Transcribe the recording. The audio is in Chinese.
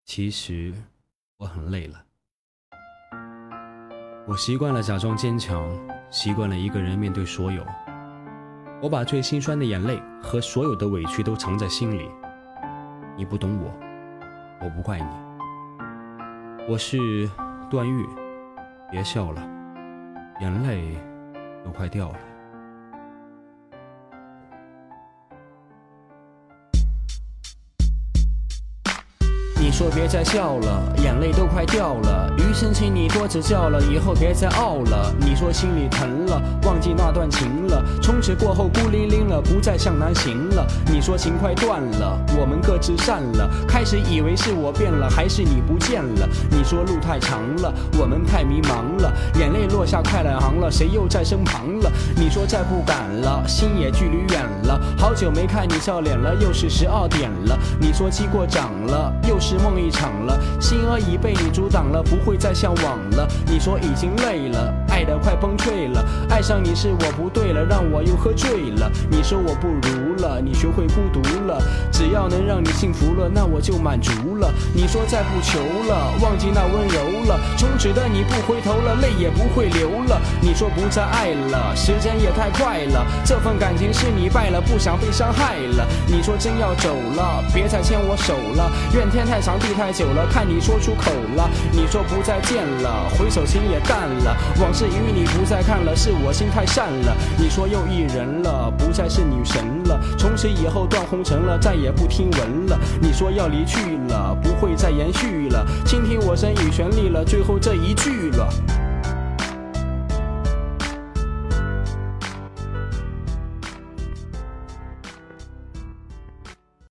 其实我很累了，我习惯了假装坚强，习惯了一个人面对所有。我把最心酸的眼泪和所有的委屈都藏在心里。你不懂我，我不怪你。我是段誉，别笑了，眼泪都快掉了。 你说别再笑了，眼泪都快掉了，余生请你多指教了，以后别再傲了。你说心里疼了，忘记那段情了，从此过后孤零零了，不再向南行了。你说情快断了，我们各自散了，开始以为是我变了，还是你不见了。你说路太长了，我们太迷茫了，眼泪落下快两行了，谁又在身旁了？你说再不敢了，心也距离远了，好久没看你笑脸了，又是12点了。你说期过涨了，又是梦一场了，心儿已被你阻挡了，不会再向往了。你说已经累了，爱得快崩溃了，爱上你是我不对了，让我又喝醉了。你说我不如了，你学会孤独了，只要能让你幸福了，那我就满足了。你说再不求了，忘记那温柔了，从此的你不回头了，泪也不会流了。你说不再爱了，时间也太快了，这份感情是你败了，不想被伤害了。你说真要走了，别再牵我手了，愿天太长地太久了，看你说出口了。你说不再见了，回首心也淡了，往事与你不再看了，是我心太善了。你说又一人了，不再是女神了，从此以后断红尘了，再也不听闻了。你说要离去了，不会再延续了，倾听我声与旋律了，最后这一句了。